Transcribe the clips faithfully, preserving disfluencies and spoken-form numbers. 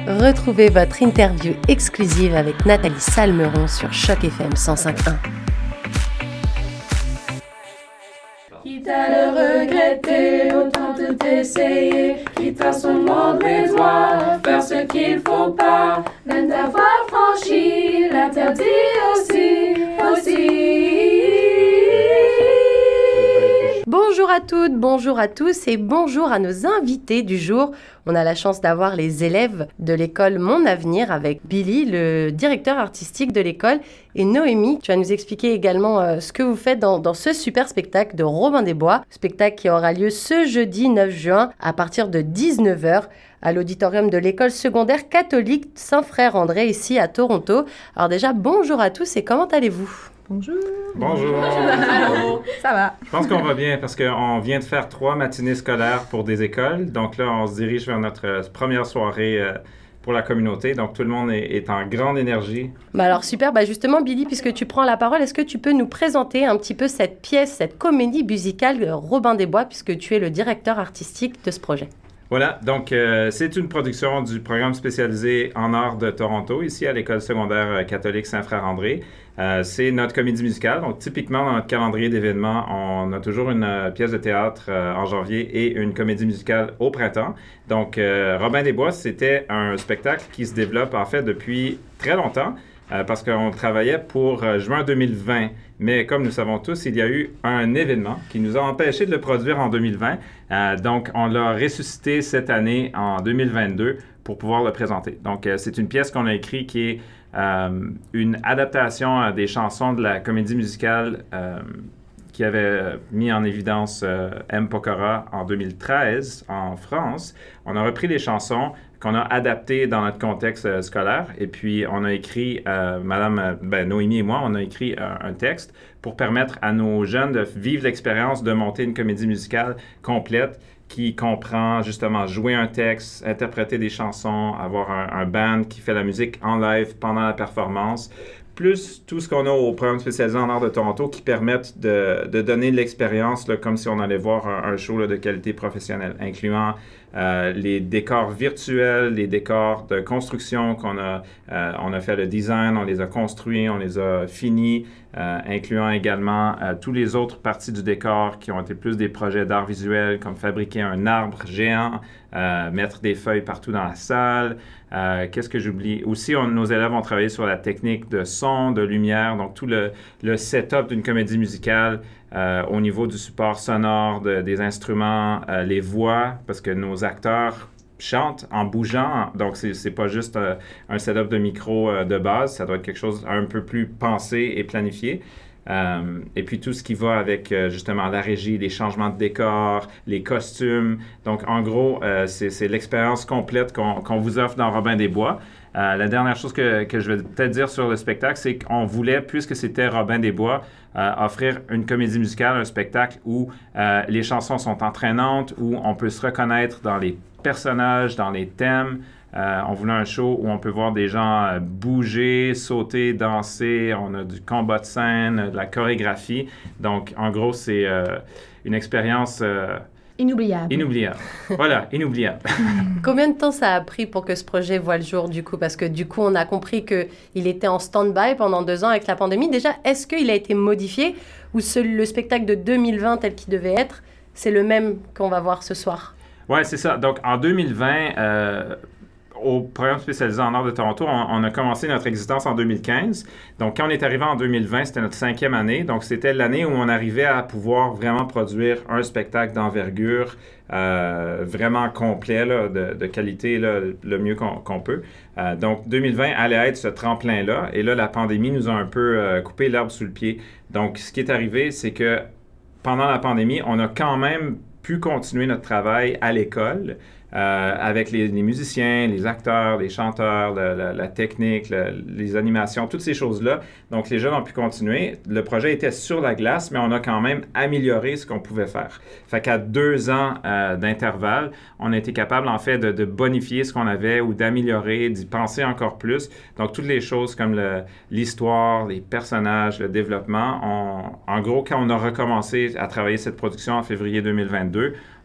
Retrouvez votre interview exclusive avec Nathalie Salmeron sur Choc F M cent cinq point un. Quitte à le regretter, autant tout essayer. Quitte à son monde les doigts, faire ce qu'il faut pas. Même d'avoir franchi l'interdit aussi, aussi. Bonjour à toutes, bonjour à tous et bonjour à nos invités du jour. On a la chance d'avoir les élèves de l'école Mon Avenir avec Billy, le directeur artistique de l'école, et Noémie. Tu vas nous expliquer également euh, ce que vous faites dans, dans ce super spectacle de Robin des Bois, spectacle qui aura lieu ce jeudi neuf juin à partir de dix-neuf heures à l'auditorium de l'école secondaire catholique Saint-Frère-André ici à Toronto. Alors déjà, bonjour à tous et comment allez-vous ? Bonjour. Bonjour. Bonjour. Ça va? Je pense qu'on va bien parce qu'on vient de faire trois matinées scolaires pour des écoles. Donc là, on se dirige vers notre première soirée euh, pour la communauté. Donc tout le monde est, est en grande énergie. Bah alors super. Bah justement, Billy, puisque tu prends la parole, est-ce que tu peux nous présenter un petit peu cette pièce, cette comédie musicale Robin des Bois, puisque tu es le directeur artistique de ce projet? Voilà, donc euh, c'est une production du programme spécialisé en art de Toronto, ici à l'école secondaire catholique Saint-Frère-André. Euh, c'est notre comédie musicale, donc typiquement dans notre calendrier d'événements, on a toujours une euh, pièce de théâtre euh, en janvier et une comédie musicale au printemps. Donc euh, Robin des Bois, c'était un spectacle qui se développe en fait depuis très longtemps. Euh, parce qu'on travaillait pour euh, juin deux mille vingt. Mais comme nous savons tous, il y a eu un événement qui nous a empêché de le produire en deux mille vingt. Euh, donc, on l'a ressuscité cette année en deux mille vingt-deux pour pouvoir le présenter. Donc, euh, c'est une pièce qu'on a écrite qui est euh, une adaptation euh, des chansons de la comédie musicale euh, qui avait mis en évidence euh, M. Pokora en deux mille treize en France. On a repris les chansons qu'on a adaptées dans notre contexte euh, scolaire et puis on a écrit, euh, Madame ben, Noémie et moi, on a écrit euh, un texte pour permettre à nos jeunes de vivre l'expérience de monter une comédie musicale complète qui comprend justement jouer un texte, interpréter des chansons, avoir un, un band qui fait la musique en live pendant la performance, plus tout ce qu'on a au programme spécialisé en art de Toronto qui permettent de, de donner l'expérience là, comme si on allait voir un, un show là, de qualité professionnelle, incluant euh, les décors virtuels, les décors de construction qu'on a, euh, on a fait le design, on les a construits, on les a finis, euh, incluant également euh, tous les autres parties du décor qui ont été plus des projets d'art visuel, comme fabriquer un arbre géant, euh, mettre des feuilles partout dans la salle. Euh, qu'est-ce que j'oublie? Aussi, on, nos élèves ont travaillé sur la technique de son, de lumière, donc tout le, le setup d'une comédie musicale euh, au niveau du support sonore, de, des instruments, euh, les voix, parce que nos acteurs chantent en bougeant, donc c'est, c'est pas juste euh, un setup de micro euh, de base, ça doit être quelque chose un peu plus pensé et planifié. Euh, et puis tout ce qui va avec euh, justement la régie, les changements de décor, les costumes. Donc en gros, euh, c'est, c'est l'expérience complète qu'on, qu'on vous offre dans Robin des Bois. Euh, la dernière chose que, que je vais peut-être dire sur le spectacle, c'est qu'on voulait, puisque c'était Robin des Bois, euh, offrir une comédie musicale, un spectacle où euh, les chansons sont entraînantes, où on peut se reconnaître dans les personnages, dans les thèmes. Euh, on voulait un show où on peut voir des gens euh, bouger, sauter, danser. On a du combat de scène, de la chorégraphie. Donc, en gros, c'est euh, une expérience euh, inoubliable. Inoubliable. Voilà, inoubliable. Combien de temps ça a pris pour que ce projet voie le jour, du coup? Parce que, du coup, on a compris qu'il était en stand-by pendant deux ans avec la pandémie. Déjà, est-ce qu'il a été modifié ou ce, le spectacle de deux mille vingt tel qu'il devait être, c'est le même qu'on va voir ce soir? Oui, c'est ça. Donc, en deux mille vingt... Euh, au programme spécialisé en art de Toronto, on, on a commencé notre existence en deux mille quinze. Donc, quand on est arrivé en deux mille vingt, c'était notre cinquième année. Donc, c'était l'année où on arrivait à pouvoir vraiment produire un spectacle d'envergure euh, vraiment complet, là, de, de qualité, là, le mieux qu'on, qu'on peut. Euh, donc, deux mille vingt allait être ce tremplin-là. Et là, la pandémie nous a un peu euh, coupé l'herbe sous le pied. Donc, ce qui est arrivé, c'est que pendant la pandémie, on a quand même pu continuer notre travail à l'école. Euh, avec les, les musiciens, les acteurs, les chanteurs, la, la, la technique, la, les animations, toutes ces choses-là. Donc, les jeunes ont pu continuer. Le projet était sur la glace, mais on a quand même amélioré ce qu'on pouvait faire. Fait qu'à deux ans euh, d'intervalle, on a été capable, en fait, de, de bonifier ce qu'on avait ou d'améliorer, d'y penser encore plus. Donc, toutes les choses comme le, l'histoire, les personnages, le développement. On, en gros, quand on a recommencé à travailler cette production en février deux mille vingt-deux,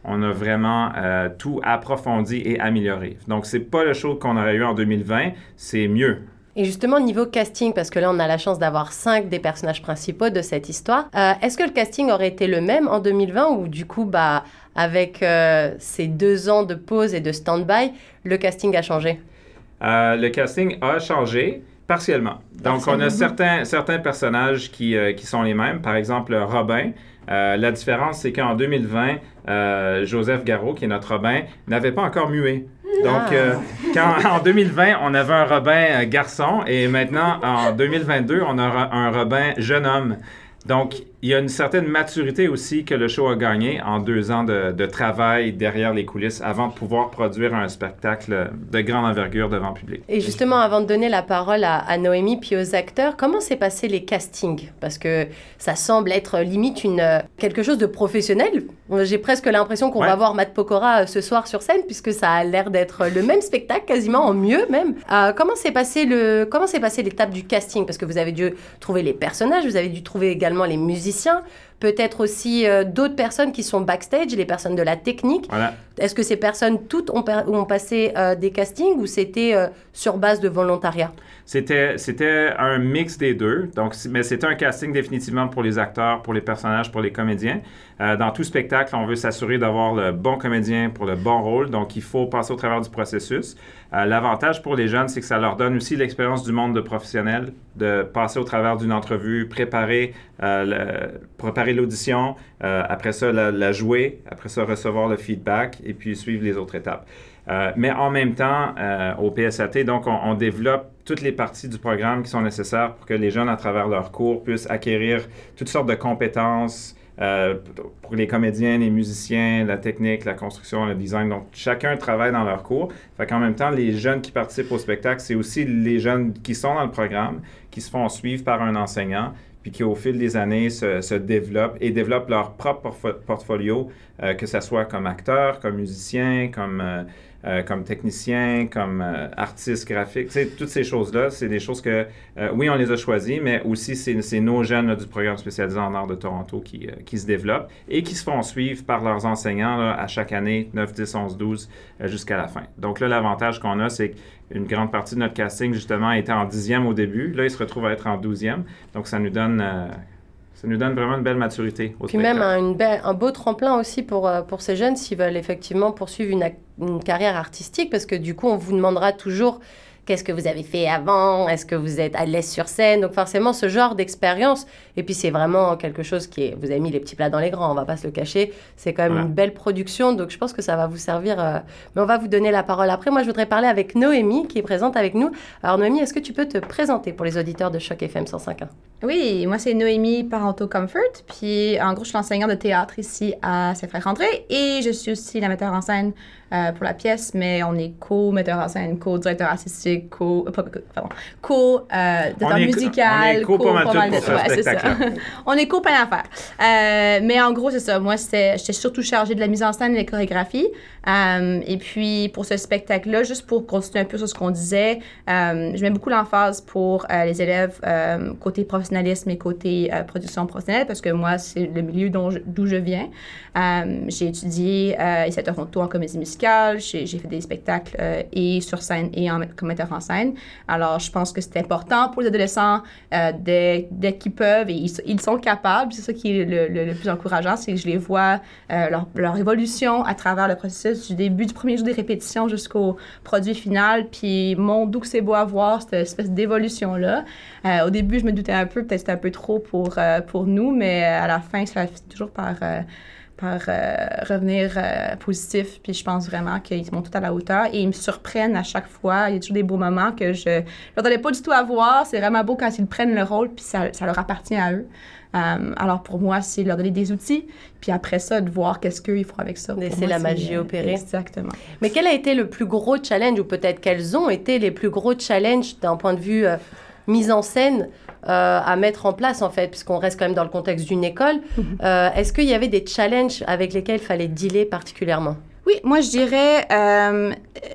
on a vraiment euh, tout approfondi et amélioré. Donc, c'est pas le show qu'on aurait eu en deux mille vingt, c'est mieux. Et justement, niveau casting, parce que là, on a la chance d'avoir cinq des personnages principaux de cette histoire, euh, est-ce que le casting aurait été le même en deux mille vingt ou du coup, bah, avec euh, ces deux ans de pause et de stand-by, le casting a changé? Euh, le casting a changé partiellement. Donc, on a certains, certains personnages qui, euh, qui sont les mêmes. Par exemple, Robin. Euh, la différence, c'est qu'en deux mille vingt, euh, Joseph Garreau, qui est notre Robin, n'avait pas encore mué. Donc, euh, quand, en deux mille vingt, on avait un Robin euh, garçon et maintenant, en deux mille vingt-deux, on aura un Robin jeune homme. Donc, il y a une certaine maturité aussi que le show a gagné en deux ans de, de travail derrière les coulisses avant de pouvoir produire un spectacle de grande envergure devant le public. Et justement, avant de donner la parole à, à Noémie puis aux acteurs, comment s'est passé les castings? Parce que ça semble être limite une, quelque chose de professionnel. J'ai presque l'impression qu'on ouais. va voir Matt Pokora ce soir sur scène puisque ça a l'air d'être le même spectacle, quasiment en mieux même. Euh, comment s'est passé le, comment s'est passé l'étape du casting? Parce que vous avez dû trouver les personnages, vous avez dû trouver également les musiciens, peut-être aussi euh, d'autres personnes qui sont backstage, les personnes de la technique. Voilà. Est-ce que ces personnes toutes ont, ont passé euh, des castings ou c'était euh, sur base de volontariat? C'était, c'était un mix des deux, donc, mais c'était un casting définitivement pour les acteurs, pour les personnages, pour les comédiens. Euh, dans tout spectacle, on veut s'assurer d'avoir le bon comédien pour le bon rôle, donc il faut passer au travers du processus. Euh, l'avantage pour les jeunes, c'est que ça leur donne aussi l'expérience du monde de professionnel, de passer au travers d'une entrevue, préparer, euh, le, préparer l'audition, euh, après ça la, la jouer, après ça recevoir le feedback et puis suivre les autres étapes. Euh, mais en même temps, euh, au P S A T, donc, on, on développe toutes les parties du programme qui sont nécessaires pour que les jeunes, à travers leur cours, puissent acquérir toutes sortes de compétences euh, pour les comédiens, les musiciens, la technique, la construction, le design. Donc, chacun travaille dans leur cours. Fait qu'en même temps, les jeunes qui participent au spectacle, c'est aussi les jeunes qui sont dans le programme, qui se font suivre par un enseignant, puis qui, au fil des années, se, se développent et développent leur propre porf- portfolio, euh, que ce soit comme acteur, comme musicien, comme, euh, euh, comme technicien, comme euh, artiste graphique. Tu sais, toutes ces choses-là, c'est des choses que, euh, oui, on les a choisies, mais aussi, c'est, c'est nos jeunes là, du programme spécialisé en art de Toronto qui, euh, qui se développent et qui se font suivre par leurs enseignants là, à chaque année, neuf, dix, onze, douze, euh, jusqu'à la fin. Donc là, l'avantage qu'on a, c'est que une grande partie de notre casting, justement, était en dixième au début. Là, il se retrouve à être en douzième. Donc, ça nous donne, euh, ça nous donne vraiment une belle maturité au Puis spectacle. même un, une belle, un beau tremplin aussi pour, euh, pour ces jeunes s'ils veulent effectivement poursuivre une, une carrière artistique, parce que du coup, on vous demandera toujours qu'est-ce que vous avez fait avant, est-ce que vous êtes à l'aise sur scène. Donc forcément, ce genre d'expérience, et puis c'est vraiment quelque chose qui est... Vous avez mis les petits plats dans les grands, on va pas se le cacher. C'est quand même Voilà. une belle production, donc je pense que ça va vous servir. Euh... Mais on va vous donner la parole après. Moi, je voudrais parler avec Noémie, qui est présente avec nous. Alors Noémie, est-ce que tu peux te présenter pour les auditeurs de Choc F M cent cinq point un? Oui, moi c'est Noémie Parenteau Comfort, puis en gros je suis l'enseignante de théâtre ici à Saint-Frère-André et je suis aussi la metteur en scène euh, pour la pièce, mais on est co-metteur en scène, co-directeur artistique, co... euh, pas- pardon, co-directeur On est- musical, on est co pas mal tout mal de- pour ce ouais, c'est ça. spectacle-là. On est co plein d'affaires. Euh, mais en gros c'est ça, moi c'était, j'étais surtout chargée de la mise en scène et de la chorégraphie. Euh, et puis pour ce spectacle-là, juste pour continuer un peu sur ce qu'on disait, euh, je mets beaucoup l'emphase pour euh, les élèves euh, côté professionnalisme et côté euh, production professionnelle parce que moi, c'est le milieu dont je- d'où je viens. Euh, j'ai étudié euh, ici à Toronto en comédie musicale, j'ai, j'ai fait des spectacles euh, et sur scène et en, comme metteur en scène. Alors, je pense que c'est important pour les adolescents euh, dès, dès qu'ils peuvent et ils, ils sont capables. C'est ça qui est le, le, le plus encourageant, c'est que je les vois, euh, leur, leur évolution à travers le processus du début, du premier jour des répétitions jusqu'au produit final. Puis, mon doux que c'est beau à voir, cette espèce d'évolution-là. Euh, au début, je me doutais un peu, peut-être c'était un peu trop pour, euh, pour nous, mais euh, à la fin, ça finit toujours par, euh, par euh, revenir euh, positif. Puis je pense vraiment qu'ils sont tout à la hauteur et ils me surprennent à chaque fois. Il y a toujours des beaux moments que je ne m'attendais pas du tout à voir. C'est vraiment beau quand ils prennent le rôle puis ça, ça leur appartient à eux. Um, alors pour moi, c'est leur donner des outils, puis après ça, de voir qu'est-ce qu'ils font avec ça. Laisser la magie opérer. Exactement. Mais quel a été le plus gros challenge, ou peut-être quels ont été les plus gros challenges d'un point de vue euh, mise en scène euh, à mettre en place, en fait, puisqu'on reste quand même dans le contexte d'une école. Mm-hmm. Euh, est-ce qu'il y avait des challenges avec lesquels il fallait dealer particulièrement? Oui, moi, je dirais, euh,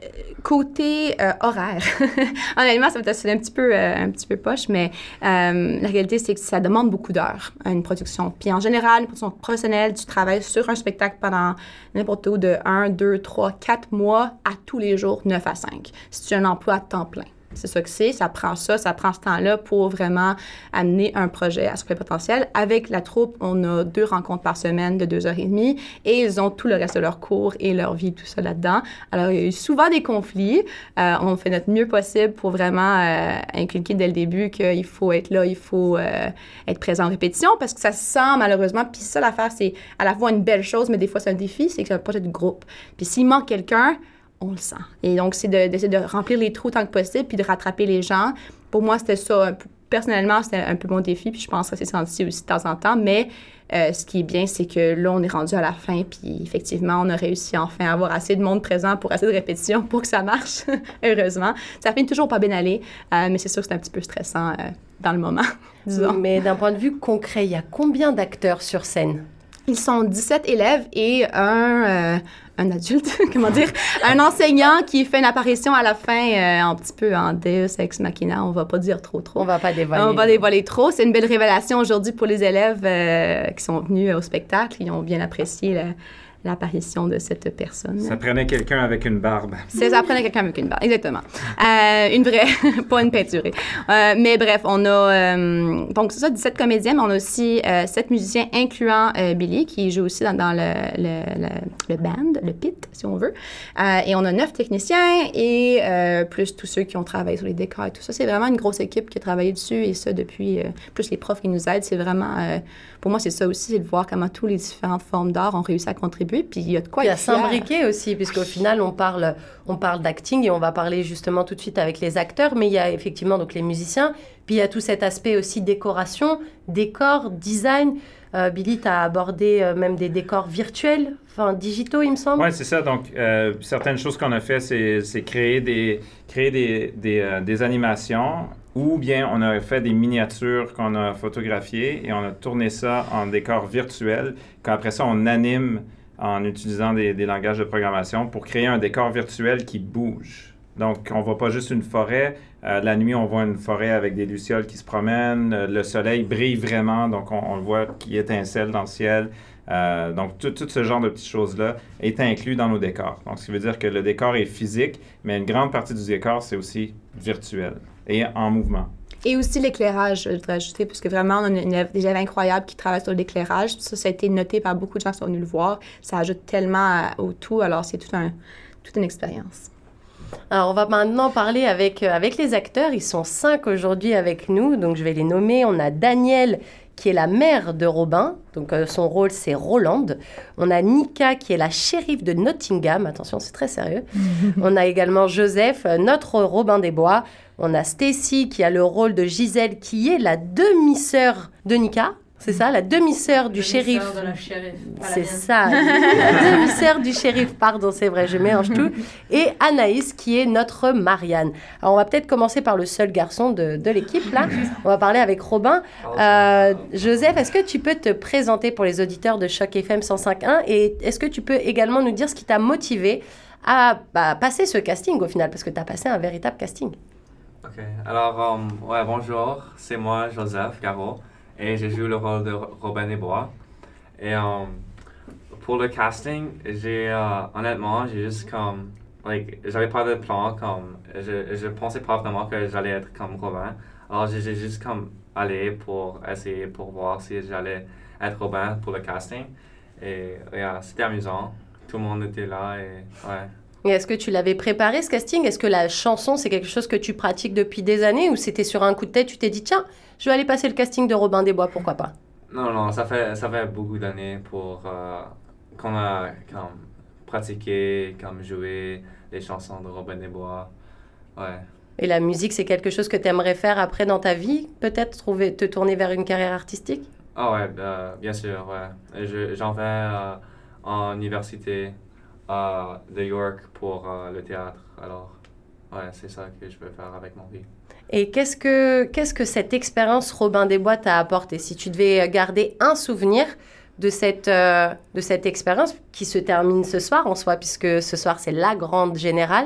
côté euh, horaire, honnêtement, ça va être un petit peu, euh, un petit peu poche, mais euh, la réalité, c'est que ça demande beaucoup d'heures, une production. Puis en général, une production professionnelle, tu travailles sur un spectacle pendant n'importe où de un, deux, trois, quatre mois à tous les jours, neuf à cinq. Si tu as un emploi à temps plein. C'est ça que c'est, ça prend ça, ça prend ce temps-là pour vraiment amener un projet à son plein potentiel. Avec la troupe, on a deux rencontres par semaine de deux heures et demie et ils ont tout le reste de leur cours et leur vie, tout ça là-dedans. Alors, il y a eu souvent des conflits. Euh, on fait notre mieux possible pour vraiment euh, inculquer dès le début qu'il faut être là, il faut euh, être présent en répétition parce que ça se sent malheureusement. Puis ça, l'affaire, c'est à la fois une belle chose, mais des fois, c'est un défi, c'est que c'est un projet de groupe. Puis s'il manque quelqu'un, on le sent. Et donc, c'est de, d'essayer de remplir les trous tant que possible puis de rattraper les gens. Pour moi, c'était ça. Personnellement, c'était un peu mon défi, puis je pense que c'est senti aussi de temps en temps. Mais euh, ce qui est bien, c'est que là, on est rendu à la fin, puis effectivement, on a réussi enfin à avoir assez de monde présent pour assez de répétitions pour que ça marche, heureusement. Ça finit toujours pas bien aller, euh, mais c'est sûr que c'est un petit peu stressant euh, dans le moment, disons. Mais d'un point de vue concret, il y a combien d'acteurs sur scène? Ils sont dix-sept élèves et un, euh, un adulte, comment dire, un enseignant qui fait une apparition à la fin, euh, un petit peu en Deus Ex Machina. On va pas dire trop, trop. On va pas dévoiler. On va dévoiler trop. C'est une belle révélation aujourd'hui pour les élèves euh, qui sont venus au spectacle. Ils ont bien apprécié la, l'apparition de cette personne. Ça prenait quelqu'un avec une barbe. C'est, ça prenait quelqu'un avec une barbe, exactement. Euh, une vraie, pas une peinturée. Euh, mais bref, on a, euh, donc c'est ça, dix-sept comédiens, mais on a aussi euh, sept musiciens, incluant euh, Billy, qui joue aussi dans, dans le, le, le, le band, le pit, si on veut. Euh, et on a neuf techniciens et euh, plus tous ceux qui ont travaillé sur les décors et tout ça. C'est vraiment une grosse équipe qui a travaillé dessus et ça depuis, euh, plus les profs qui nous aident, c'est vraiment, euh, pour moi, c'est ça aussi, c'est de voir comment toutes les différentes formes d'art ont réussi à contribuer. Puis il y a de quoi être fier. Il y a s'imbriquer aussi, puisqu'au final, on parle, on parle d'acting et on va parler justement tout de suite avec les acteurs, mais il y a effectivement donc les musiciens, puis il y a tout cet aspect aussi décoration, décor, design. Euh, Billy, tu as abordé euh, même des décors virtuels, enfin digitaux, il me semble. Oui, c'est ça. Donc, euh, certaines choses qu'on a fait, c'est, c'est créer des, créer des, des, euh, des animations ou bien on a fait des miniatures qu'on a photographiées et on a tourné ça en décor virtuel. Qu'après ça, on anime en utilisant des, des langages de programmation pour créer un décor virtuel qui bouge. Donc, on ne voit pas juste une forêt. Euh, la nuit, on voit une forêt avec des lucioles qui se promènent. Euh, le soleil brille vraiment, donc on, on le voit qui étincelle dans le ciel. Euh, donc, tout, tout ce genre de petites choses-là est inclus dans nos décors. Donc, ce qui veut dire que le décor est physique, mais une grande partie du décor, c'est aussi virtuel et en mouvement. Et aussi l'éclairage, je voudrais ajouter, parce que vraiment, on a une, une, des élèves incroyables qui travaillent sur l'éclairage. Ça, ça a été noté par beaucoup de gens qui sont venus le voir. Ça ajoute tellement à, au tout. Alors, c'est tout un, toute une expérience. Alors, on va maintenant parler avec, euh, avec les acteurs. Ils sont cinq aujourd'hui avec nous, donc je vais les nommer. On a Danielle, qui est la mère de Robin. Donc, euh, son rôle, c'est Rolande. On a Nika, qui est la shérif de Nottingham. Attention, c'est très sérieux. On a également Joseph, notre Robin des Bois. On a Stacy, qui a le rôle de Gisèle, qui est la demi-sœur de Nika. C'est ça, la demi-sœur du shérif. Demi-sœur de la shérif. C'est ça, la demi-sœur du shérif, pardon, c'est vrai, je mélange tout. Et Anaïs, qui est notre Marianne. Alors, on va peut-être commencer par le seul garçon de, de l'équipe, là. On va parler avec Robin. Euh, Joseph, est-ce que tu peux te présenter pour les auditeurs de Choc F M cent cinq point un et est-ce que tu peux également nous dire ce qui t'a motivé à bah, passer ce casting, au final, parce que tu as passé un véritable casting. Ok, alors, um, ouais, bonjour, c'est moi, Joseph Garot. Et je joue le rôle de Robin des Bois. Et um, pour le casting, j'ai uh, honnêtement, j'ai juste comme, like, j'avais pas de plan, comme, je, je pensais pas vraiment que j'allais être comme Robin. Alors j'ai, j'ai juste comme allé pour essayer, pour voir si j'allais être Robin pour le casting. Et yeah, c'était amusant. Tout le monde était là et ouais. Et est-ce que tu l'avais préparé, ce casting? Est-ce que la chanson, c'est quelque chose que tu pratiques depuis des années ou c'était sur un coup de tête, tu t'es dit, tiens, je vais aller passer le casting de Robin des Bois, pourquoi pas? Non, non, ça fait, ça fait beaucoup d'années pour euh, qu'on a comme, pratiqué, comme joué les chansons de Robin des Bois. Ouais. Et la musique, c'est quelque chose que tu aimerais faire après dans ta vie? Peut-être trouver, te tourner vers une carrière artistique? Ah oh ouais, euh, bien sûr, ouais. Je, j'en vais euh, en université Uh, de York pour uh, le théâtre. Alors, ouais, c'est ça que je veux faire avec mon vie. Et qu'est-ce que, qu'est-ce que cette expérience Robin des Bois t'a apporté? Si tu devais garder un souvenir de cette, euh, de cette expérience qui se termine ce soir en soi, puisque ce soir, c'est la grande générale,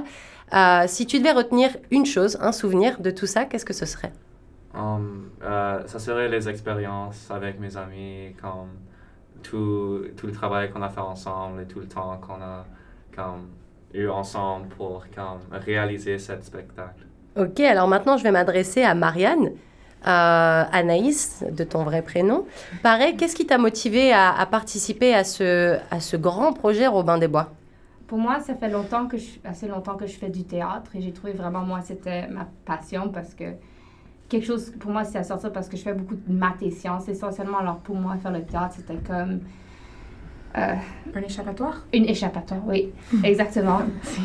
Euh, si tu devais retenir une chose, un souvenir de tout ça, qu'est-ce que ce serait? Um, euh, ça serait les expériences avec mes amis, comme tout, tout le travail qu'on a fait ensemble et tout le temps qu'on a comme, eu ensemble pour comme, réaliser ce spectacle. Ok, alors maintenant je vais m'adresser à Marianne, euh, Anaïs, de ton vrai prénom. Pareil, qu'est-ce qui t'a motivé à, à participer à ce, à ce grand projet Robin des Bois? Pour moi, ça fait longtemps que je, assez longtemps que je fais du théâtre et j'ai trouvé vraiment, moi, c'était ma passion parce que quelque chose, pour moi, c'est à sortir parce que je fais beaucoup de maths et sciences essentiellement. Alors pour moi, faire le théâtre, c'était comme... Euh, un échappatoire? Une échappatoire, oui, exactement.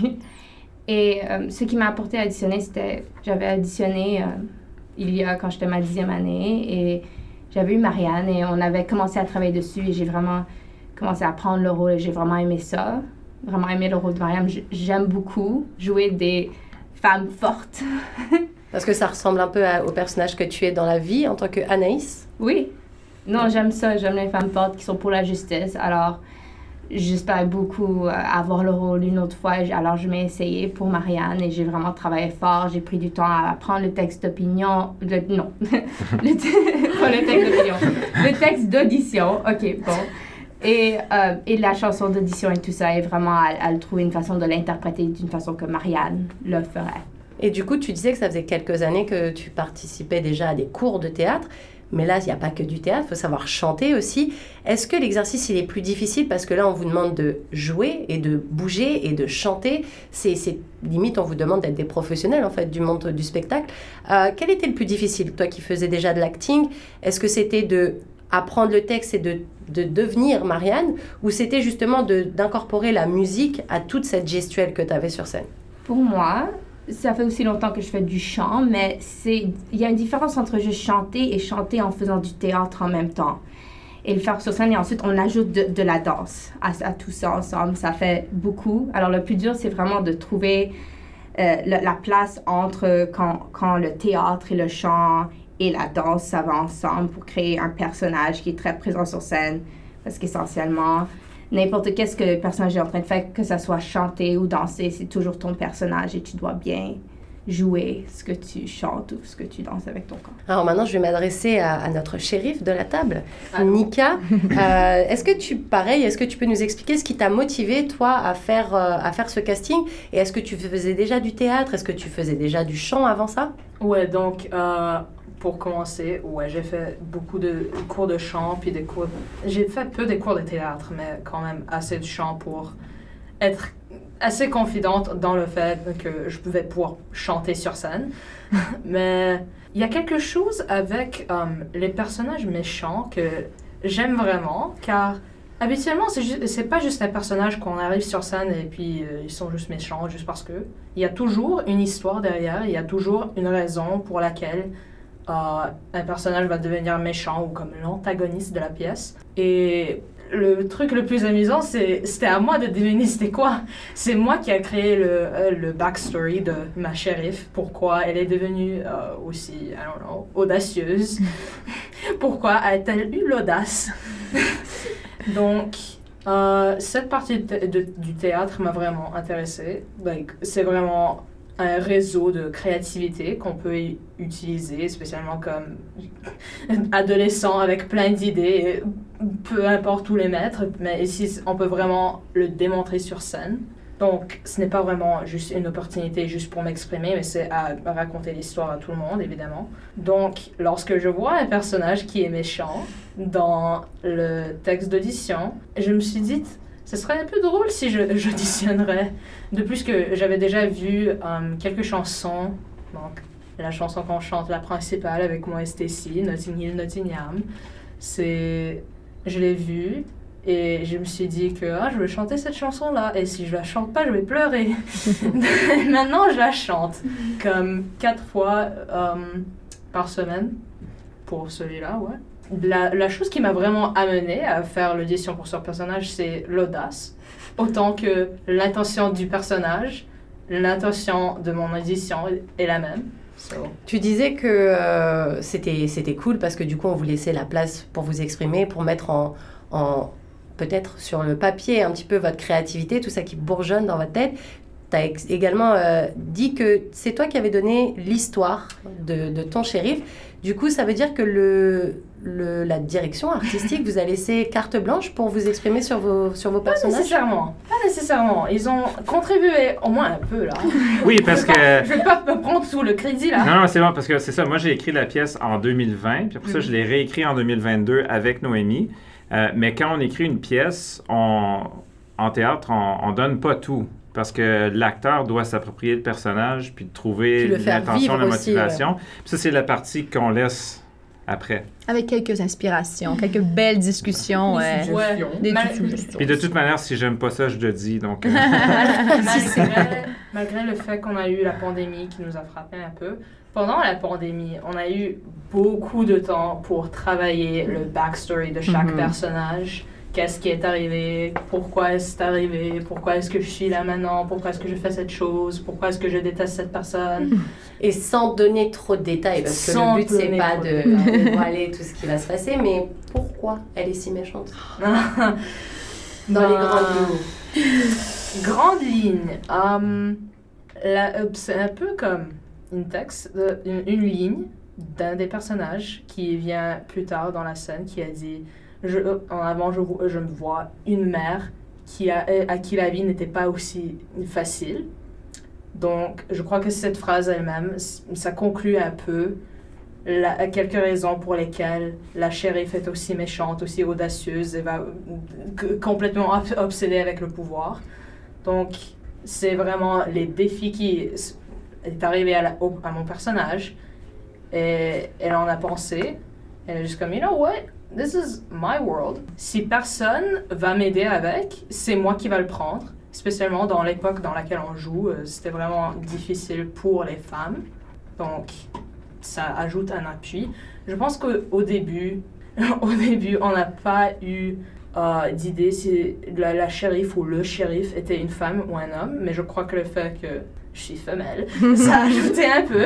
Et euh, ce qui m'a apporté à auditionner, c'était... J'avais auditionné euh, il y a, quand j'étais ma dixième année et j'avais eu Marianne et on avait commencé à travailler dessus et j'ai vraiment commencé à prendre le rôle et j'ai vraiment aimé ça. Vraiment aimé le rôle de Marianne. J'aime beaucoup jouer des femmes fortes. Parce que ça ressemble un peu à, au personnage que tu es dans la vie en tant qu'Anaïs? Oui. Non, j'aime ça. J'aime les femmes fortes qui sont pour la justice. Alors, j'espère beaucoup euh, avoir le rôle une autre fois. Alors, je m'ai essayé pour Marianne et j'ai vraiment travaillé fort. J'ai pris du temps à apprendre le texte d'opinion. Le, non. le te- pas le texte d'opinion. Le texte d'audition. OK, bon. Et, euh, et la chanson d'audition et tout ça, et vraiment, elle, elle trouve une façon de l'interpréter d'une façon que Marianne le ferait. Et du coup, tu disais que ça faisait quelques années que tu participais déjà à des cours de théâtre. Mais là, il n'y a pas que du théâtre, il faut savoir chanter aussi. Est-ce que l'exercice, il est plus difficile? Parce que là, on vous demande de jouer et de bouger et de chanter. C'est, c'est limite, on vous demande d'être des professionnels, en fait, du monde du spectacle. Euh, quel était le plus difficile, toi qui faisais déjà de l'acting? Est-ce que c'était de... apprendre le texte et de, de devenir Marianne, ou c'était justement de, d'incorporer la musique à toute cette gestuelle que tu avais sur scène? Pour moi, ça fait aussi longtemps que je fais du chant, mais c'est, il y a une différence entre juste chanter et chanter en faisant du théâtre en même temps. Et le faire sur scène, et ensuite on ajoute de, de la danse à, à tout ça ensemble. Ça fait beaucoup. Alors le plus dur, c'est vraiment de trouver euh, la, la place entre quand, quand le théâtre et le chant et la danse, ça va ensemble pour créer un personnage qui est très présent sur scène. Parce qu'essentiellement, n'importe qu'est-ce que le personnage est en train de faire, que ça soit chanter ou danser, c'est toujours ton personnage et tu dois bien jouer ce que tu chantes ou ce que tu danses avec ton corps. Alors maintenant, je vais m'adresser à, à notre shérif de la table, Nika. euh, est-ce que tu, pareil, est-ce que tu peux nous expliquer ce qui t'a motivé, toi, à faire, euh, à faire ce casting? Et est-ce que tu faisais déjà du théâtre? Est-ce que tu faisais déjà du chant avant ça? Ouais, donc... Euh... Pour commencer, ouais, j'ai fait beaucoup de cours de chant, puis des cours... J'ai fait peu des cours de théâtre, mais quand même assez de chant pour être assez confidente dans le fait que je pouvais pouvoir chanter sur scène. Mais il y a quelque chose avec um, les personnages méchants que j'aime vraiment, car habituellement, c'est, ju- c'est pas juste un personnage qu'on arrive sur scène et puis euh, ils sont juste méchants juste parce que. Il y a toujours une histoire derrière, il y a toujours une raison pour laquelle Uh, un personnage va devenir méchant ou comme l'antagoniste de la pièce. Et le truc le plus amusant, c'est, c'était à moi de deviner c'était quoi. C'est moi qui a créé le, euh, le backstory de ma shérif. Pourquoi elle est devenue uh, aussi, I don't know, audacieuse. Pourquoi a-t-elle eu l'audace? Donc, uh, cette partie de, de, du théâtre m'a vraiment intéressée. Like, c'est vraiment un réseau de créativité qu'on peut utiliser, spécialement comme adolescent avec plein d'idées, peu importe où les mettre, mais ici, on peut vraiment le démontrer sur scène. Donc, ce n'est pas vraiment juste une opportunité juste pour m'exprimer, mais c'est à raconter l'histoire à tout le monde, évidemment. Donc, lorsque je vois un personnage qui est méchant dans le texte d'audition, je me suis dit... Ce serait un peu drôle si je, j'auditionnerais. De plus que j'avais déjà vu um, quelques chansons. Donc, la chanson qu'on chante, la principale avec moi et Stacy, Notting Hill, Nottingham. C'est... Je l'ai vue et je me suis dit que ah, je vais chanter cette chanson-là. Et si je la chante pas, je vais pleurer. Maintenant, je la chante. Comme quatre fois um, par semaine. Pour celui-là, ouais. La, la chose qui m'a vraiment amenée à faire l'audition pour ce personnage, c'est l'audace. Autant que l'intention du personnage, l'intention de mon audition est la même. So. Tu disais que euh, c'était, c'était cool parce que du coup, on vous laissait la place pour vous exprimer, pour mettre en, en peut-être sur le papier un petit peu votre créativité, tout ça qui bourgeonne dans votre tête. tu as ex- également euh, dit que c'est toi qui avais donné l'histoire de, de ton shérif. Du coup, ça veut dire que le, le, la direction artistique vous a laissé carte blanche pour vous exprimer sur vos, sur vos Pas personnages? nécessairement. Pas nécessairement. Ils ont contribué au moins un peu, là. Oui, parce que... Je vais pas me prendre tout le crédit, là. Non, non, c'est bon, parce que c'est ça. Moi, j'ai écrit la pièce en deux mille vingt, puis après ça, je l'ai réécrit en deux mille vingt-deux avec Noémie. Euh, mais quand on écrit une pièce, on, en théâtre, on, on donne pas tout. Parce que l'acteur doit s'approprier le personnage, puis trouver Puis le faire l'intention, la vivre aussi, motivation. Puis ça, c'est la partie qu'on laisse après. Avec quelques inspirations, quelques belles discussions. Des euh, suggestions. des Mal- suggestions. Puis de toute manière, si j'aime pas ça, je le dis. Donc, euh, malgré, malgré le fait qu'on a eu la pandémie qui nous a frappé un peu, pendant la pandémie, on a eu beaucoup de temps pour travailler le backstory de chaque Mhm. personnage. Qu'est-ce qui est arrivé? Pourquoi est-ce que c'est arrivé? Pourquoi est-ce que je suis là maintenant? Pourquoi est-ce que je fais cette chose? Pourquoi est-ce que je déteste cette personne? Et sans donner trop de détails, parce que Sans le but, c'est donner pas trop de de détails. dévoiler tout ce qui va se passer, mais pourquoi elle est si méchante? Dans Bah, les grandes lignes. Grande ligne. Hum, la- euh, c'est un peu comme une texte, euh, une, une ligne d'un des personnages qui vient plus tard dans la scène qui a dit je, euh, en avant je, vo- je me vois une mère qui a, euh, à qui la vie n'était pas aussi facile. Donc je crois que cette phrase elle-même, s- ça conclut un peu la, quelques raisons pour lesquelles la shérif est aussi méchante, aussi audacieuse et va euh, g- complètement ob- obsédée avec le pouvoir. Donc, c'est vraiment les défis qui s- est arrivé à, la- au- à mon personnage. Et elle en a pensé. Elle est juste comme, you know what? This is my world. Si personne va m'aider avec, c'est moi qui va le prendre. Spécialement dans l'époque dans laquelle on joue, euh, c'était vraiment difficile pour les femmes. Donc, ça ajoute un appui. Je pense qu'au début, au début, on n'a pas eu euh, d'idée si la, la shérif ou le shérif était une femme ou un homme, mais je crois que le fait que je suis femelle, ça a ajouté un peu.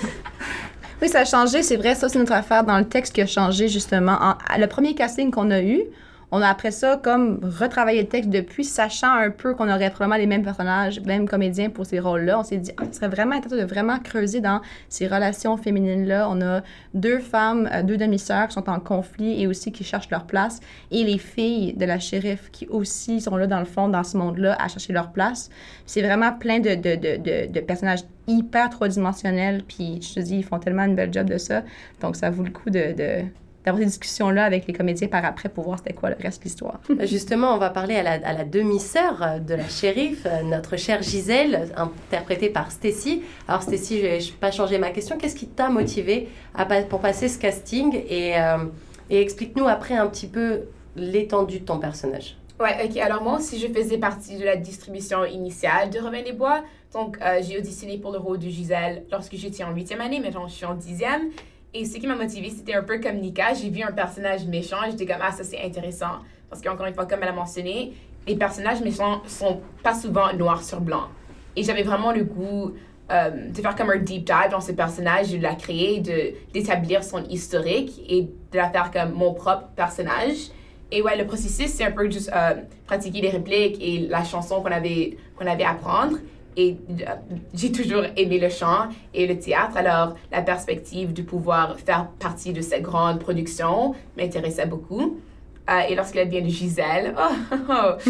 Oui, ça a changé, c'est vrai. Ça, c'est notre affaire dans le texte qui a changé, justement. En- à- le premier casting qu'on a eu, on a après ça comme retravaillé le texte depuis, sachant un peu qu'on aurait probablement les mêmes personnages, mêmes comédiens pour ces rôles-là. On s'est dit, ah, ce serait vraiment intéressant de vraiment creuser dans ces relations féminines-là. On a deux femmes, euh, deux demi-sœurs qui sont en conflit et aussi qui cherchent leur place. Et les filles de la shérif qui aussi sont là, dans le fond, dans ce monde-là, à chercher leur place. C'est vraiment plein de, de, de, de, de personnages hyper trois-dimensionnels. Puis je te dis, ils font tellement une belle job de ça. Donc ça vaut le coup de... de d'avoir ces discussions-là avec les comédiens par après pour voir c'était quoi le reste de l'histoire. Justement, on va parler à la, à la demi-sœur de la shérif, notre chère Gisèle, interprétée par Stacy. Alors Stacy, je n'ai pas changé ma question. Qu'est-ce qui t'a motivée à, pour passer ce casting et, euh, et explique-nous après un petit peu l'étendue de ton personnage. Ouais, ok. Alors moi aussi, je faisais partie de la distribution initiale de Robin des Bois. Donc, euh, j'ai auditionné pour le rôle de Gisèle lorsque j'étais en huitième année. Maintenant, je suis en dixième. Et ce qui m'a motivée, c'était un peu comme Nika. J'ai vu un personnage méchant et j'étais comme, ah, ça c'est intéressant. Parce qu'encore une fois, comme elle a mentionné, les personnages méchants sont pas souvent noir sur blanc. Et j'avais vraiment le goût euh, de faire comme un deep dive dans ce personnage, de la créer, de, d'établir son historique et de la faire comme mon propre personnage. Et ouais, le processus, c'est un peu juste euh, pratiquer les répliques et la chanson qu'on avait, qu'on avait à apprendre. Et euh, j'ai toujours aimé le chant et le théâtre, alors la perspective de pouvoir faire partie de cette grande production m'intéressait beaucoup. Euh, et lorsqu'elle vient de Gisèle, oh, oh, oh.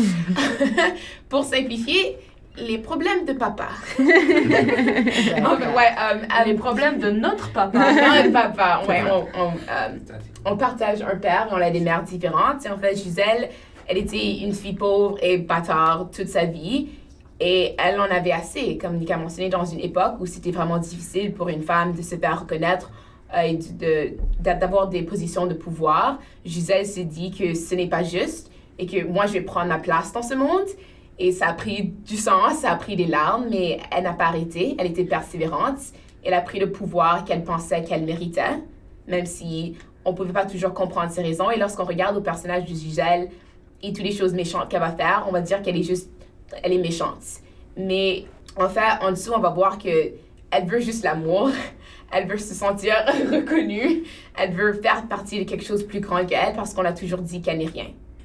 Pour simplifier, les problèmes de papa. Okay, ouais, euh, Les problèmes de notre papa. Notre papa, ouais, on, on, euh, on partage un père et on a des mères différentes. Et en fait, Gisèle, elle était une fille pauvre et bâtarde toute sa vie. Et elle en avait assez, comme Nika a mentionné, dans une époque où c'était vraiment difficile pour une femme de se faire reconnaître euh, et de, de, d'avoir des positions de pouvoir. Gisèle s'est dit que ce n'est pas juste et que moi, je vais prendre ma place dans ce monde. Et ça a pris du sang, ça a pris des larmes, mais elle n'a pas arrêté. Elle était persévérante. Elle a pris le pouvoir qu'elle pensait qu'elle méritait, même si on ne pouvait pas toujours comprendre ses raisons. Et lorsqu'on regarde au personnage de Gisèle et toutes les choses méchantes qu'elle va faire, on va dire qu'elle est juste elle est méchante. Mais en fait, en dessous, on va voir qu'elle veut juste l'amour. Elle veut se sentir reconnue. Elle veut faire partie de quelque chose de plus grand qu'elle parce qu'on a toujours dit qu'elle n'est rien.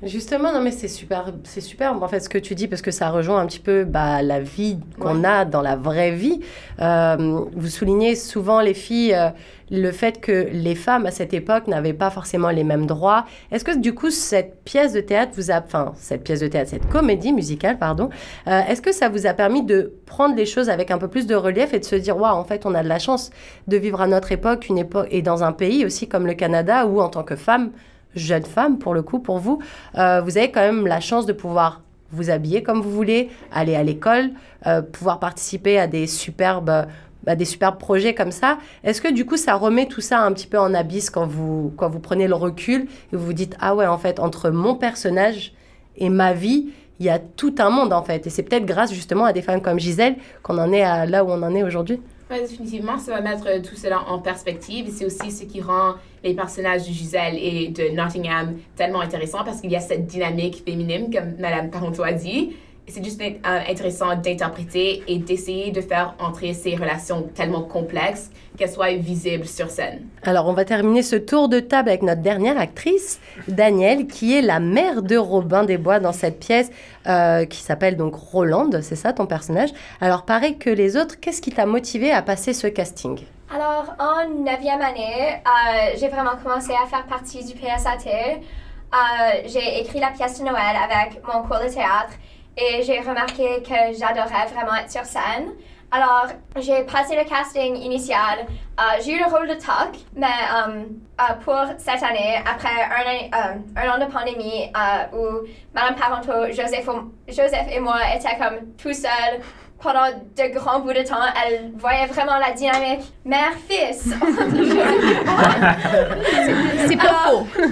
Justement, non mais c'est super, c'est super en fait ce que tu dis parce que ça rejoint un petit peu bah, la vie qu'on Ouais. a dans la vraie vie. Euh, vous soulignez souvent les filles euh, le fait que les femmes à cette époque n'avaient pas forcément les mêmes droits. Est-ce que du coup cette pièce de théâtre vous a, enfin cette pièce de théâtre, cette comédie musicale pardon, euh, est-ce que ça vous a permis de prendre les choses avec un peu plus de relief et de se dire waouh en fait on a de la chance de vivre à notre époque, une époque et dans un pays aussi comme le Canada où en tant que femme jeune femme, pour le coup, pour vous, euh, vous avez quand même la chance de pouvoir vous habiller comme vous voulez, aller à l'école, euh, pouvoir participer à des superbes, à des superbes projets comme ça. Est-ce que du coup, ça remet tout ça un petit peu en abysse quand vous, quand vous prenez le recul et vous vous dites « Ah ouais, en fait, entre mon personnage et ma vie, il y a tout un monde, en fait. » Et c'est peut-être grâce justement à des femmes comme Gisèle qu'on en est à là où on en est aujourd'hui. Ouais, définitivement, ça va mettre euh, tout cela en perspective. Et c'est aussi ce qui rend les personnages de Gisèle et de Nottingham tellement intéressants parce qu'il y a cette dynamique féminine, comme Madame Parenteau a dit. Et c'est juste euh, intéressant d'interpréter et d'essayer de faire entrer ces relations tellement complexes qu'elles soient visibles sur scène. Alors, on va terminer ce tour de table avec notre dernière actrice, Danielle, qui est la mère de Robin des Bois dans cette pièce euh, qui s'appelle donc Rolande, c'est ça ton personnage. Alors, pareil que les autres, qu'est-ce qui t'a motivé à passer ce casting? Alors, en neuvième année, euh, j'ai vraiment commencé à faire partie du P S A T. Euh, j'ai écrit la pièce de Noël avec mon cours de théâtre et j'ai remarqué que j'adorais vraiment être sur scène. Alors, j'ai passé le casting initial. Euh, j'ai eu le rôle de Tuck, mais euh, euh, pour cette année, après un, an, euh, un an de pandémie euh, où Madame Parenteau, Joseph, Joseph et moi étaient comme tout seuls pendant de grands bouts de temps, elle voyait vraiment la dynamique mère-fils entre Joseph et moi. C'est pas Alors, faux.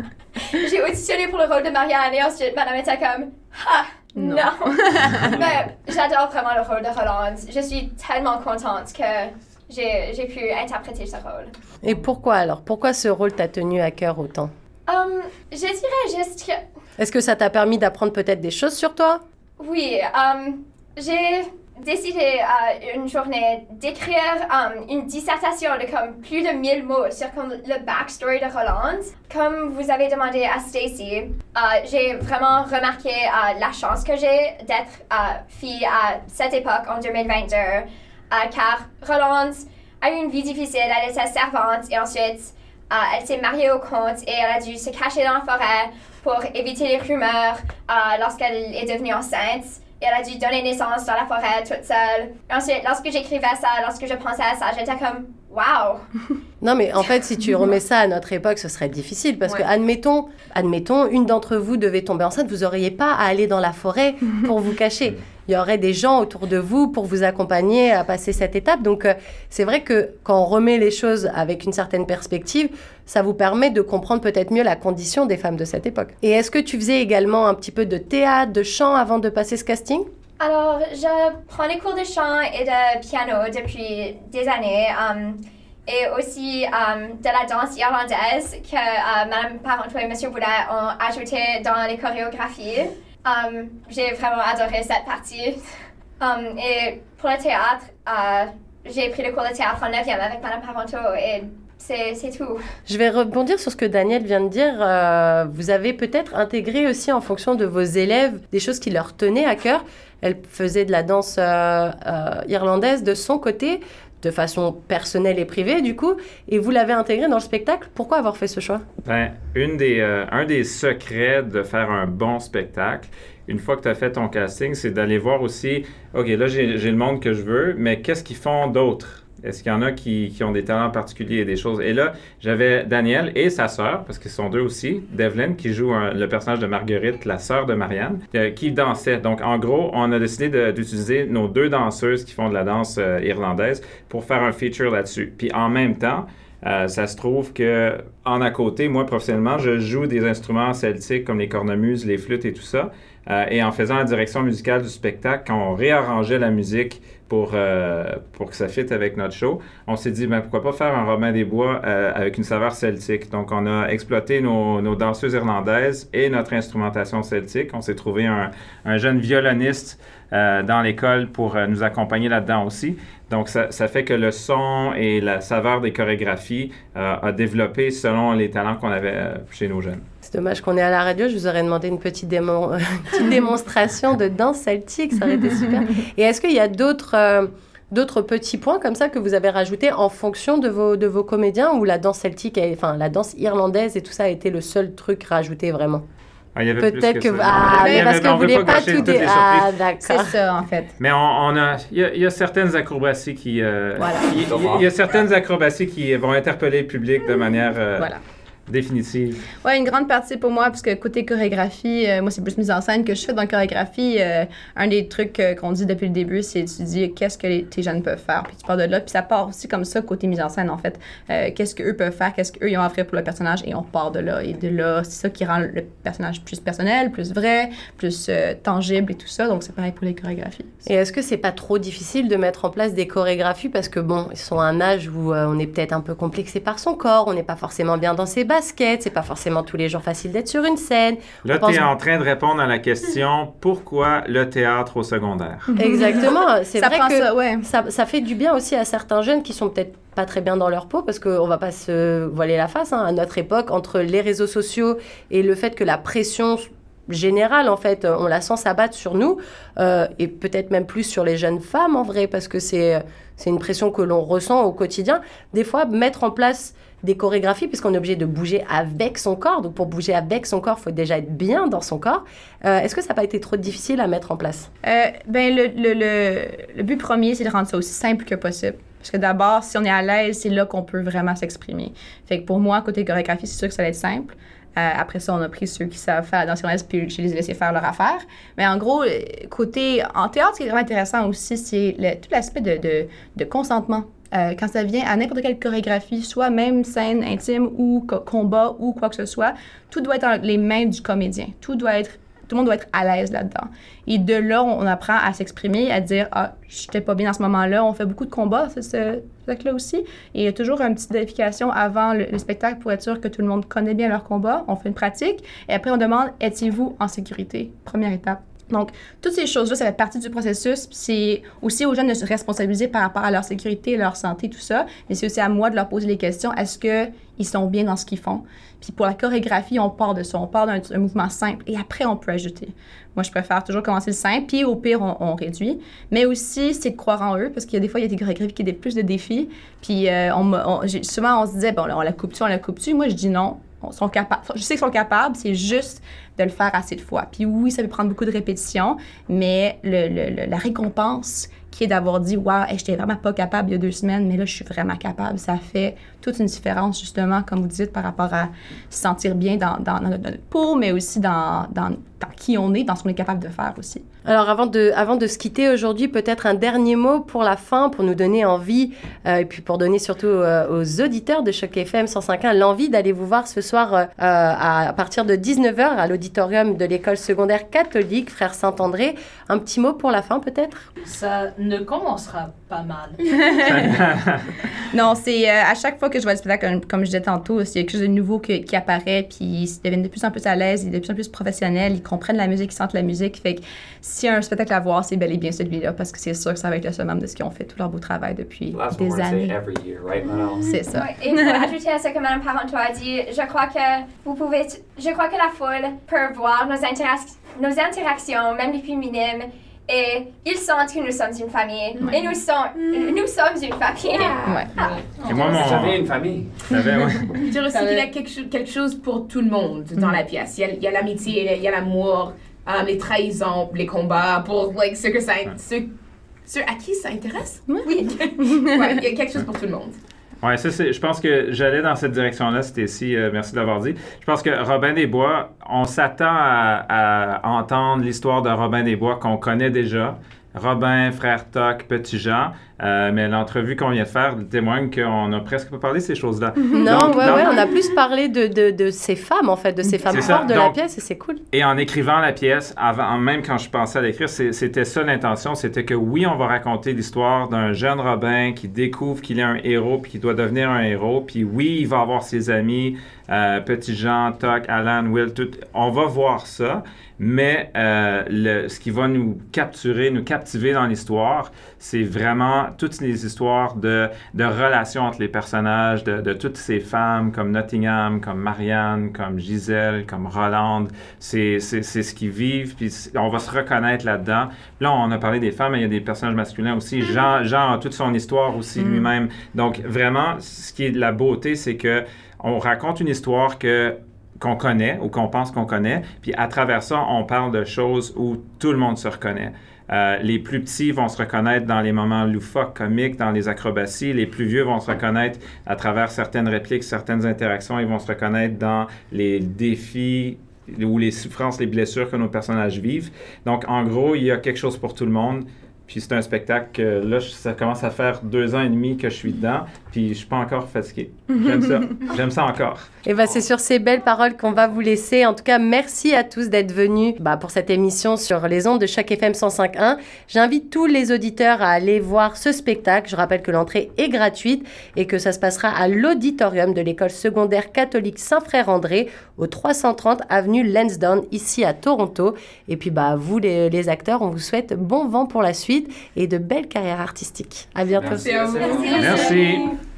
J'ai auditionné pour le rôle de Marianne et ensuite Madame était comme « Ah, non! non. » Mais j'adore vraiment le rôle de Rolande. Je suis tellement contente que j'ai, j'ai pu interpréter ce rôle. Et pourquoi alors? Pourquoi ce rôle t'a tenu à cœur autant? Um, je dirais juste que... Est-ce que ça t'a permis d'apprendre peut-être des choses sur toi? Oui, um, j'ai décidé euh, une journée d'écrire um, une dissertation de comme plus de mille mots sur comme le backstory de Rolande. Comme vous avez demandé à Stacy, euh, j'ai vraiment remarqué euh, la chance que j'ai d'être euh, fille à cette époque en deux mille vingt-deux, euh, car Rolande a eu une vie difficile, elle était servante et ensuite euh, elle s'est mariée au comte et elle a dû se cacher dans la forêt pour éviter les rumeurs euh, lorsqu'elle est devenue enceinte. Et elle a dû donner naissance dans la forêt toute seule. Et ensuite, lorsque j'écrivais ça, lorsque je pensais à ça, j'étais comme « Wow! » Non, mais en fait, si tu remets ça à notre époque, ce serait difficile. Parce Ouais. que, admettons, admettons, une d'entre vous devait tomber enceinte, vous n'auriez pas à aller dans la forêt pour vous cacher. Il y aurait des gens autour de vous pour vous accompagner à passer cette étape. Donc, euh, c'est vrai que quand on remet les choses avec une certaine perspective, ça vous permet de comprendre peut-être mieux la condition des femmes de cette époque. Et est-ce que tu faisais également un petit peu de théâtre, de chant avant de passer ce casting? Alors, je prends des cours de chant et de piano depuis des années. Um, et aussi um, de la danse irlandaise que uh, Mme Parenteau et M. Boulet ont ajouté dans les chorégraphies. Um, j'ai vraiment adoré cette partie. Um, et pour le théâtre, uh, j'ai pris le cours de théâtre en neuvième avec Mme Parenteau et c'est, c'est tout. Je vais rebondir sur ce que Danielle vient de dire. Euh, vous avez peut-être intégré aussi en fonction de vos élèves des choses qui leur tenaient à cœur. Elle faisait de la danse euh, euh, irlandaise de son côté, de façon personnelle et privée du coup, et vous l'avez intégré dans le spectacle. Pourquoi avoir fait ce choix? Ben, une des, euh, un des secrets de faire un bon spectacle, une fois que tu as fait ton casting, c'est d'aller voir aussi, OK, là, j'ai, j'ai le monde que je veux, mais qu'est-ce qu'ils font d'autres? Est-ce qu'il y en a qui, qui ont des talents particuliers et des choses? Et là, j'avais Danielle et sa sœur, parce qu'ils sont deux aussi, Devlin, qui joue un, le personnage de Marguerite, la sœur de Marianne, euh, qui dansait. Donc, en gros, on a décidé de, d'utiliser nos deux danseuses qui font de la danse euh, irlandaise pour faire un feature là-dessus. Puis en même temps, Euh, ça se trouve que en à côté, moi, professionnellement, je joue des instruments celtiques comme les cornemuses, les flûtes et tout ça. Euh, et en faisant la direction musicale du spectacle, quand on réarrangeait la musique pour, euh, pour que ça fitte avec notre show. On s'est dit, ben, pourquoi pas faire un Robin des Bois euh, avec une saveur celtique. Donc, on a exploité nos, nos danseuses irlandaises et notre instrumentation celtique. On s'est trouvé un, un jeune violoniste euh, dans l'école pour euh, nous accompagner là-dedans aussi. Donc, ça, ça fait que le son et la saveur des chorégraphies euh, a développé selon les talents qu'on avait euh, chez nos jeunes. C'est dommage qu'on est à la radio. Je vous aurais demandé une petite, démon... une petite démonstration de danse celtique. Ça aurait été super. Et est-ce qu'il y a d'autres, euh, d'autres petits points comme ça que vous avez rajoutés en fonction de vos, de vos comédiens, ou la danse celtique, a... enfin la danse irlandaise et tout ça a été le seul truc rajouté vraiment? Ah, il y avait Peut-être plus que, que... ça. Ah, mais avait, parce que on vous veut voulez pas pas gâcher tout... toutes les Dé... Ah, d'accord. C'est ça, en fait. Mais on, on a, il y, a, il y a certaines acrobaties qui, euh, Voilà. il, il, il y a certaines acrobaties qui vont interpeller le public de manière euh, Voilà. définitive. Ouais, une grande partie pour moi, parce que côté chorégraphie, euh, moi, c'est plus mise en scène que je fais dans la chorégraphie. Euh, un des trucs euh, qu'on dit depuis le début, c'est tu dis qu'est-ce que les, tes jeunes peuvent faire, puis tu pars de là, puis ça part aussi comme ça côté mise en scène, en fait. Euh, qu'est-ce qu'eux peuvent faire, qu'est-ce qu'eux ils ont à offrir pour le personnage, et on part de là. Et de là, c'est ça qui rend le personnage plus personnel, plus vrai, plus euh, tangible et tout ça. Donc, c'est pareil pour les chorégraphies. Et est-ce que c'est pas trop difficile de mettre en place des chorégraphies, parce que bon, ils sont à un âge où euh, on est peut-être un peu complexé par son corps, on n'est pas forcément bien dans ses baskets, c'est pas forcément tous les jours facile d'être sur une scène. Là, pense... tu es en train de répondre à la question « Pourquoi le théâtre au secondaire? » Exactement. C'est ça vrai prend que ça, ouais. ça, ça fait du bien aussi à certains jeunes qui sont peut-être pas très bien dans leur peau, parce qu'on va pas se voiler la face, hein, à notre époque, entre les réseaux sociaux et le fait que la pression générale, en fait, on la sent s'abattre sur nous, euh, et peut-être même plus sur les jeunes femmes, en vrai, parce que c'est, c'est une pression que l'on ressent au quotidien. Des fois, mettre en place des chorégraphies, puisqu'on est obligé de bouger avec son corps. Donc, pour bouger avec son corps, il faut déjà être bien dans son corps. Euh, est-ce que ça n'a pas été trop difficile à mettre en place? Euh, ben, le, le, le, le but premier, c'est de rendre ça aussi simple que possible. Parce que d'abord, si on est à l'aise, c'est là qu'on peut vraiment s'exprimer. Fait que pour moi, côté chorégraphie, c'est sûr que ça va être simple. Euh, après ça, on a pris ceux qui savent faire la danse irlandaise, puis je les ai laissés faire leur affaire. Mais en gros, côté en théâtre, ce qui est vraiment intéressant aussi, c'est le, tout l'aspect de, de, de consentement. Euh, quand ça vient à n'importe quelle chorégraphie, soit même scène intime ou co- combat ou quoi que ce soit, tout doit être dans les mains du comédien. Tout doit être, tout le monde doit être à l'aise là-dedans. Et de là, on apprend à s'exprimer, à dire « Ah, j'étais pas bien dans ce moment-là ». On fait beaucoup de combats, c'est ce là aussi. Et il y a toujours une petite vérification avant le, le spectacle pour être sûr que tout le monde connaît bien leur combat. On fait une pratique. Et après, on demande « Étiez-vous en sécurité ?» Première étape. Donc, toutes ces choses-là, ça fait partie du processus. Puis c'est aussi aux jeunes de se responsabiliser par rapport à leur sécurité, leur santé, tout ça. Mais c'est aussi à moi de leur poser les questions. Est-ce qu'ils sont bien dans ce qu'ils font? Puis pour la chorégraphie, on part de ça. On part d'un un mouvement simple. Et après, on peut ajouter. Moi, je préfère toujours commencer le simple. Puis au pire, on, on réduit. Mais aussi, c'est de croire en eux. Parce qu'il y a des fois, il y a des chorégraphies qui ont plus de défis. Puis euh, on, on, souvent, on se disait, bon, là, on la coupe-tu, on la coupe-tu? Moi, je dis non. Sont capables. Je sais qu'ils sont capables, c'est juste de le faire assez de fois. Puis oui, ça peut prendre beaucoup de répétitions, mais le, le, le, la récompense qui est d'avoir dit « Wow, hey, j'étais vraiment pas capable il y a deux semaines, mais là, je suis vraiment capable », ça fait toute une différence, justement, comme vous dites, par rapport à se sentir bien dans, dans, dans notre peau, mais aussi dans, dans, dans qui on est, dans ce qu'on est capable de faire aussi. Alors, avant de, avant de se quitter aujourd'hui, peut-être un dernier mot pour la fin, pour nous donner envie, euh, et puis pour donner surtout euh, aux auditeurs de Choc F M cent cinq point un l'envie d'aller vous voir ce soir euh, à, à partir de dix-neuf heures à l'auditorium de l'école secondaire catholique Frère Saint-André. Un petit mot pour la fin, peut-être? Ça ne commencera pas mal. Non, c'est euh, à chaque fois que je vois le spectacle, comme, comme je disais tantôt, il y a quelque chose de nouveau que, qui apparaît, puis ils deviennent de plus en plus à l'aise, ils deviennent de plus en plus professionnels, ils comprennent la musique, ils sentent la musique. Fait que s'il y a un spectacle à voir, c'est bel et bien celui-là, parce que c'est sûr que ça va être le summum de ce qu'ils ont fait, tout leur beau travail depuis That's des what we're années. say every year, right, Manon? C'est ça. Oui, et pour ajouter à ce que Mme Parenteau a dit, je crois que vous pouvez, je crois que la foule peut voir nos, interac- nos interactions, même les plus minimes, et ils sentent que nous sommes une famille. Ouais. Et nous, sommes, nous sommes une famille. Ouais. Et moi, mon... J'avais une famille. J'avais, ouais. Je veux dire aussi qu'il y a quelque, cho- quelque chose pour tout le monde dans la pièce. Il y a, il y a l'amitié, il y a l'amour, um, les trahisons, les combats, pour like, ceux, que ça, ceux, ceux à qui ça intéresse. Oui. Ouais, il y a quelque chose pour tout le monde. Oui, ça, c'est, je pense que j'allais dans cette direction-là, Stécie, euh, merci de l'avoir dit. Je pense que Robin des Bois, on s'attend à, à entendre l'histoire de Robin des Bois qu'on connaît déjà, Robin, Frère Toc, Petit Jean. Euh, mais l'entrevue qu'on vient de faire témoigne qu'on n'a presque pas parlé de ces choses-là. Non, Donc, ouais, dans- ouais, on a plus parlé de, de, de ces femmes, en fait, de ces femmes C'est ça. fortes de Donc- la pièce, et c'est cool. Et en écrivant la pièce, avant, même quand je pensais à l'écrire, c'est- c'était ça l'intention, c'était que oui, on va raconter l'histoire d'un jeune Robin qui découvre qu'il est un héros puis qui doit devenir un héros. Puis oui, il va avoir ses amis, euh, Petit Jean, Toc, Alan, Will, tout. On va voir ça, mais euh, le, ce qui va nous capturer, nous captiver dans l'histoire, c'est vraiment toutes les histoires de, de relations entre les personnages, de, de toutes ces femmes comme Nottingham, comme Marianne, comme Gisèle, comme Rolande. C'est, c'est, c'est ce qu'ils vivent, puis on va se reconnaître là-dedans. Là, on a parlé des femmes, mais il y a des personnages masculins aussi. Jean, Jean a toute son histoire aussi Mm. lui-même. Donc, vraiment, ce qui est de la beauté, c'est que on raconte une histoire que qu'on connaît ou qu'on pense qu'on connaît, puis à travers ça, on parle de choses où tout le monde se reconnaît. Euh, les plus petits vont se reconnaître dans les moments loufoques, comiques, dans les acrobaties. Les plus vieux vont se reconnaître à travers certaines répliques, certaines interactions. Ils vont se reconnaître dans les défis ou les souffrances, les blessures que nos personnages vivent. Donc, en gros, il y a quelque chose pour tout le monde. Puis c'est un spectacle que là, je- ça commence à faire deux ans et demi que je suis dedans, puis je suis pas encore fatigué. J'aime ça. J'aime ça encore. Et bien, c'est sur ces belles paroles qu'on va vous laisser. En tout cas, merci à tous d'être venus bah, pour cette émission sur les ondes de Choc F M cent cinq point un. J'invite tous les auditeurs à aller voir ce spectacle. Je rappelle que l'entrée est gratuite et que ça se passera à l'auditorium de l'école secondaire catholique Saint-Frère-André au trois cent trente avenue Lansdowne, ici à Toronto. Et puis, bah, vous, les, les acteurs, on vous souhaite bon vent pour la suite et de belles carrières artistiques. À bientôt. Merci à vous. Merci.